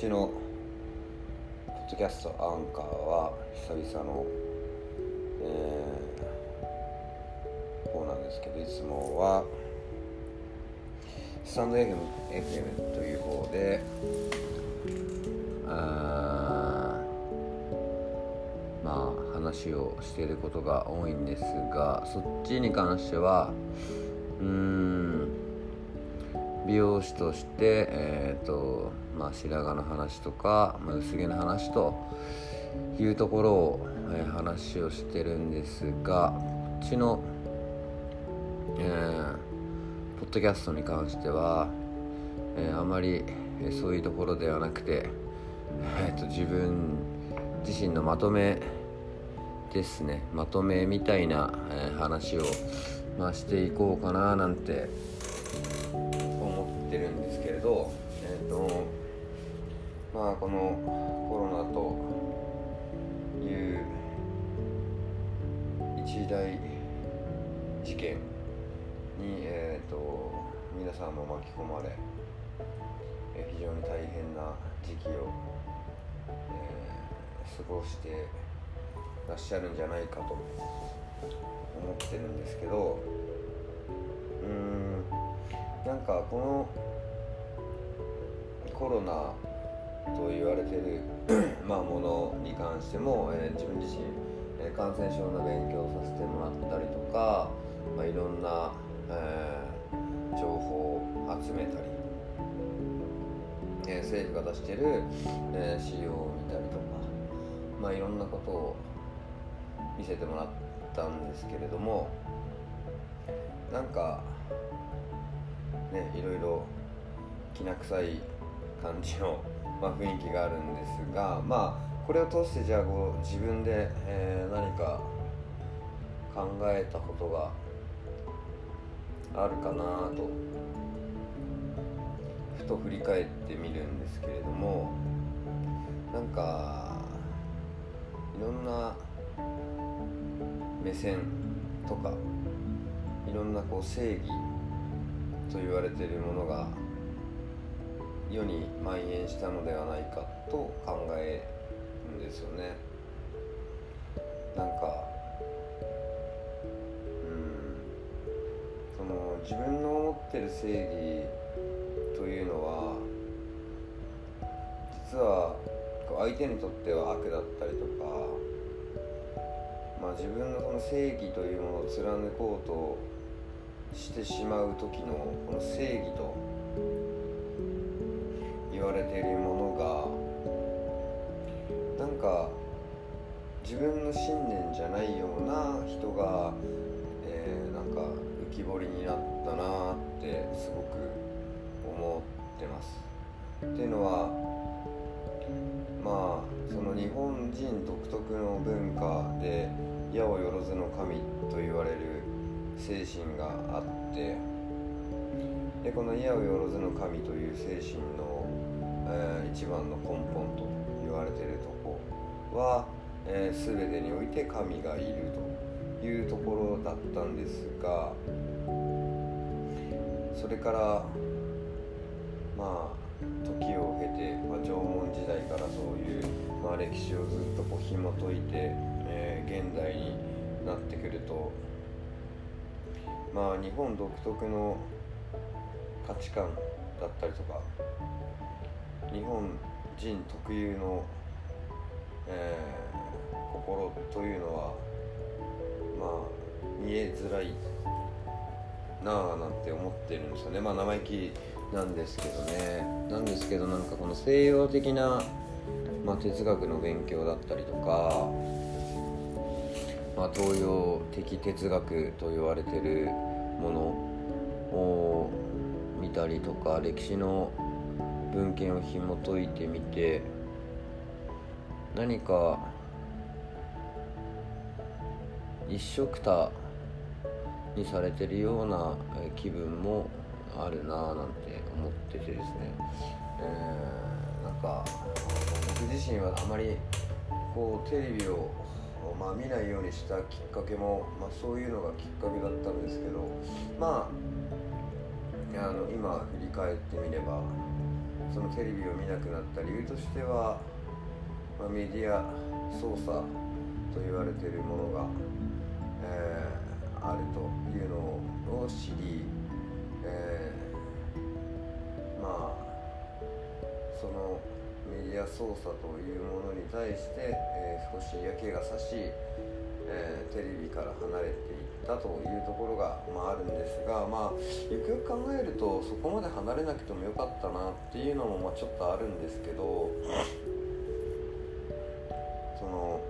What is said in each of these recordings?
ちのポッドキャストアンカーは久々の、方なんですけど、いつもはスタンド FM という方で話をしていることが多いんですが、そっちに関しては美容師として白髪の話とか、薄毛の話というところを、話をしてるんですが、こっちの、ポッドキャストに関しては、あまりそういうところではなくて、自分自身のまとめですね。まとめみたいな、話を、していこうかななんて思ってるんですけれど、このコロナという一大事件に、皆さんも巻き込まれ、非常に大変な時期を、過ごしてらっしゃるんじゃないかと思ってるんですけど、なんかこのコロナと言われているものに関しても、自分自身、感染症の勉強をさせてもらったりとか、いろんな、情報を集めたり、政府が出している、資料を見たりとか、いろんなことを見せてもらったんですけれども、なんかね、いろいろきな臭い感じの、雰囲気があるんですが、これを通してじゃあ自分で、何か考えたことがあるかなとふと振り返ってみるんですけれども、なんかいろんな目線とかいろんな正義と言われているものが世に蔓延したのではないかと考えるんですよね。なんかその自分の思ってる正義というのは実は相手にとっては悪だったりとか、自分のその正義というものを貫こうとしてしまう時のこの正義と言われているものがなんか自分の信念じゃないような人が、なんか浮き彫りになったなってすごく思ってます。っていうのはその日本人独特の文化で矢をよろずの神と言われる精神があって、でこの矢をよろずの神という精神の、一番の根本と言われているとこは、全てにおいて神がいるというところだったんですが、それから時を経て、縄文時代からそういう、歴史をずっと紐解いて、現代になってくると、日本独特の価値観だったりとか日本人特有の、心というのは見えづらいなぁなんて思ってるんですよね。生意気なんですけどね。なんかこの西洋的な、哲学の勉強だったりとか、東洋的哲学と言われてるものを見たりとか、歴史の文献を紐解いてみて、何か一緒くたにされてるような気分もあるなぁなんて思っててですね、なんか僕自身はあまりテレビを見ないようにしたきっかけも、そういうのがきっかけだったんですけど、今振り返ってみればそのテレビを見なくなった理由としては、メディア操作と言われているものが、あるというのを知り、そのメディア操作というものに対して、少し嫌気がさし、テレビから離れていったというところが、あるんですが、よくよく考えるとそこまで離れなくてもよかったなっていうのもちょっとあるんですけど、その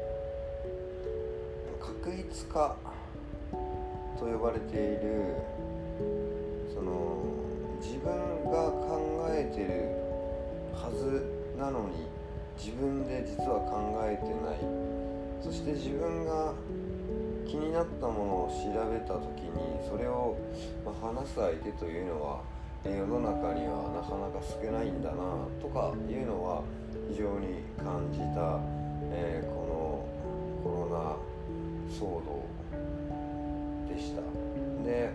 画一化と呼ばれている、その自分が考えてるはずなのに自分で実は考えてない、そして自分が気になったものを調べた時にそれを話す相手というのは世の中にはなかなか少ないんだなとかいうのは非常に感じた、このコロナ騒動でした。で、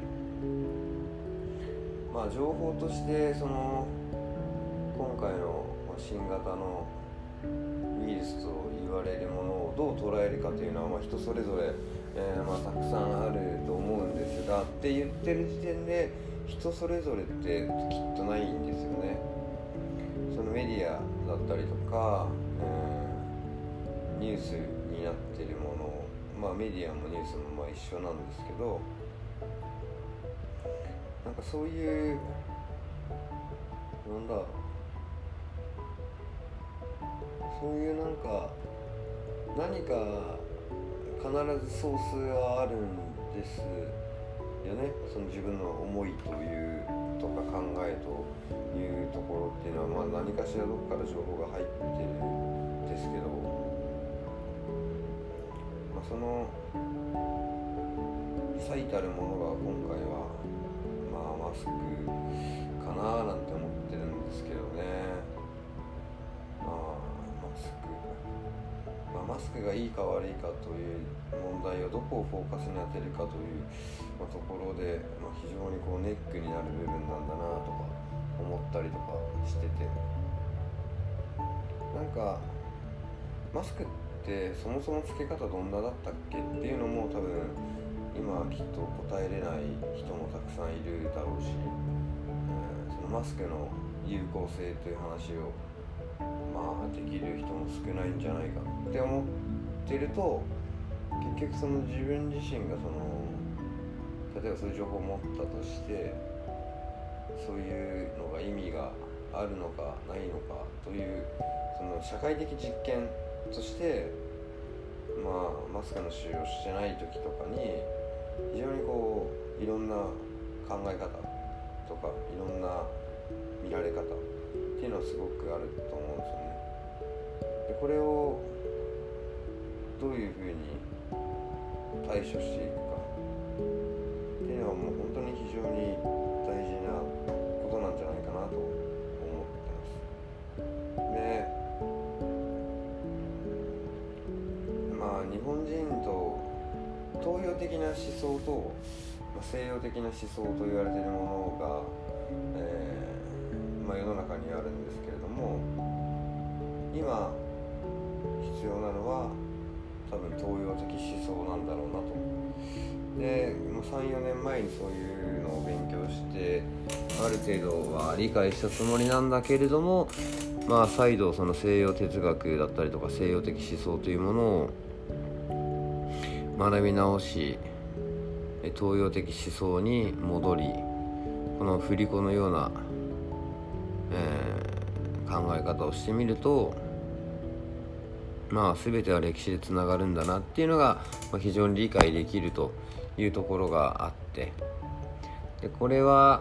情報としてその今回の新型のウイルスと言われるものをどう捉えるかというのは、人それぞれ、たくさんあると思うんですが、って言ってる時点で人それぞれってきっとないんですよね。そのメディアだったりとか、ニュースになっているもの、メディアもニュースも一緒なんですけど、なんかそういうそういう何か必ずソースがあるんですよね。その自分の思いというとか考えというところっていうのは、何かしらどこから情報が入ってるんですけど、その最たるものが今回は、マスクかななんて思ってるんですけどね。マスクがいいか悪いかという問題をどこをフォーカスに当てるかという、ところで、非常にネックになる部分なんだなとか思ったりとかしてて、マスクってそもそもつけ方どんなだったっけっていうのも多分今はきっと答えれない人もたくさんいるだろうし、そのマスクの有効性という話をできる人も少ないんじゃないかって思ってると、結局その自分自身が例えばそういう情報を持ったとして、そういうのが意味があるのかないのかというその社会的実験として、マスクの使用してない時とかに非常にいろんな考え方とかいろんな見られ方っていうのはすごくあると思うんですよね。でこれをどういうふうに対処していくかっていうのはもう本当に非常に大事なことなんじゃないかなと思ってます。で、日本人と東洋的な思想と西洋的な思想と言われているものが、世の中にあるんですけれども、今必要なのは多分東洋的思想なんだろうなと。で、3、4年前にそういうのを勉強してある程度は理解したつもりなんだけれども、再度その西洋哲学だったりとか西洋的思想というものを学び直し、東洋的思想に戻り、この振り子のような、考え方をしてみると、全ては歴史でつながるんだなっていうのが、非常に理解できるというところがあって、でこれは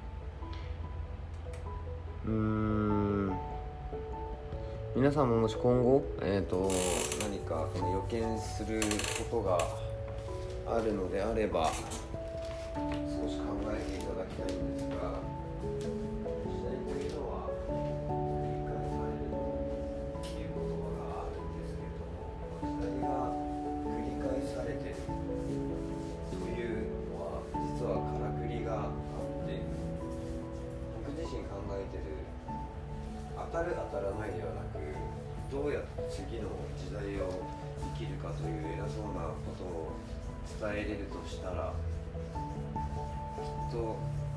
皆さんももし今後、何かその予見することがあるのであれば少し考えていただきたいんですが、時代というのは繰り返されるという言葉があるんですけれども、時代が繰り返されているというのは実はからくりがあって、僕自身考えているたる当たらないではなく、どうやって次の時代を生きるかという偉そうなことを伝えれるとしたら、きっと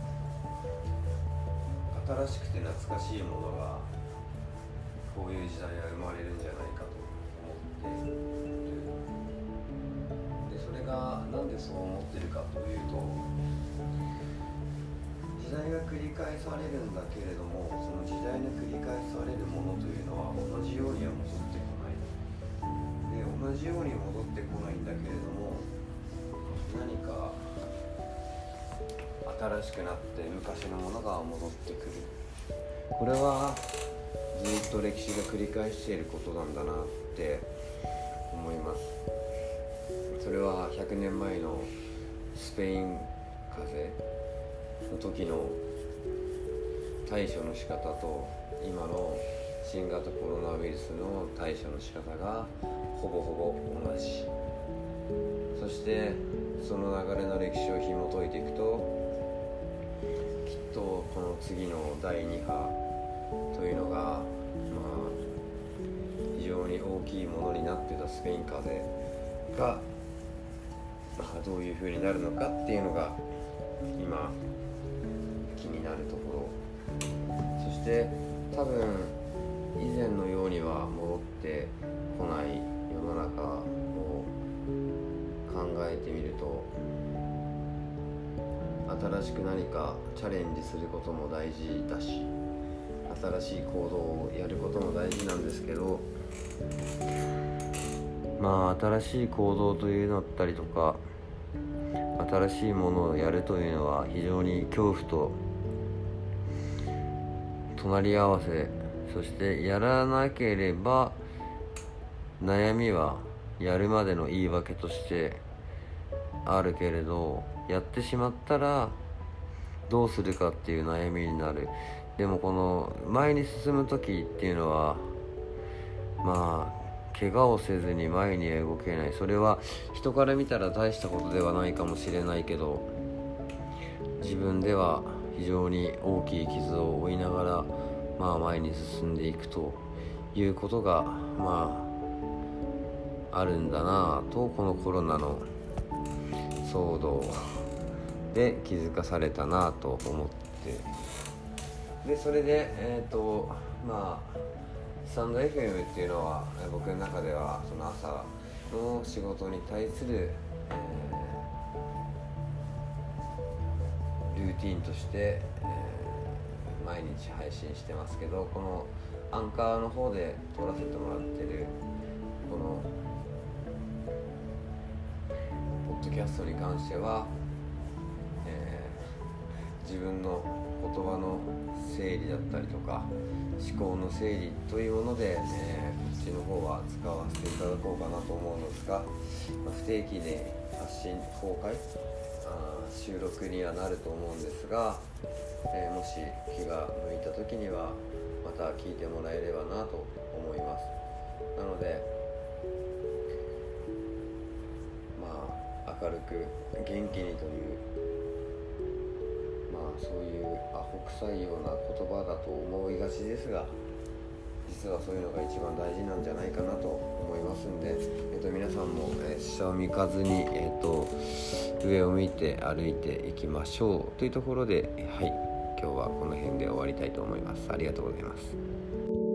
新しくて懐かしいものがこういう時代が生まれるんじゃないかと思っている。でそれがなんでそう思ってるかというと、時代が繰り返されるんだけれども、その時代の繰り返されるものというのは同じようには戻ってこない。で同じように戻ってこないんだけれども、何か新しくなって昔のものが戻ってくる。これはずっと歴史が繰り返していることなんだなって思います。それは100年前のスペイン風邪の時の対処の仕方と今の新型コロナウイルスの対処の仕方がほぼほぼ同じ。そしてその流れの歴史を紐解いていくと、きっとこの次の第2波というのが、非常に大きいものになってたスペイン風邪が、どういう風になるのかっていうのが今気になるところ。そして多分以前のようには戻ってこない世の中を考えてみると、新しく何かチャレンジすることも大事だし、新しい行動をやることも大事なんですけど、新しい行動というのだったりとか、新しいものをやるというのは非常に恐怖と隣り合わせ。そしてやらなければ悩みはやるまでの言い訳としてあるけれど、やってしまったらどうするかっていう悩みになる。でもこの前に進む時っていうのは、怪我をせずに前に動けない。それは人から見たら大したことではないかもしれないけど、自分では非常に大きい傷を負いながら、前に進んでいくということがあるんだなと、このコロナの騒動で気づかされたなと思って、でそれでスタンド FM っていうのは僕の中ではその朝の仕事に対する、ルーティンとして、毎日配信してますけど、このアンカーの方で撮らせてもらってるこのポッドキャストに関しては、自分の言葉の整理だったりとか思考の整理というもので、こっちの方は使わせていただこうかなと思うのですが、不定期で発信公開収録にはなると思うんですが、もし気が向いた時にはまた聞いてもらえればなと思います。なので明るく元気にという、そういうアホ臭いような言葉だと思いがちですが、実はそういうのが一番大事なんじゃないかなと思いますんで、皆さんも、下を向かずに、上を向いて歩いていきましょうというところで、今日はこの辺で終わりたいと思います。ありがとうございます。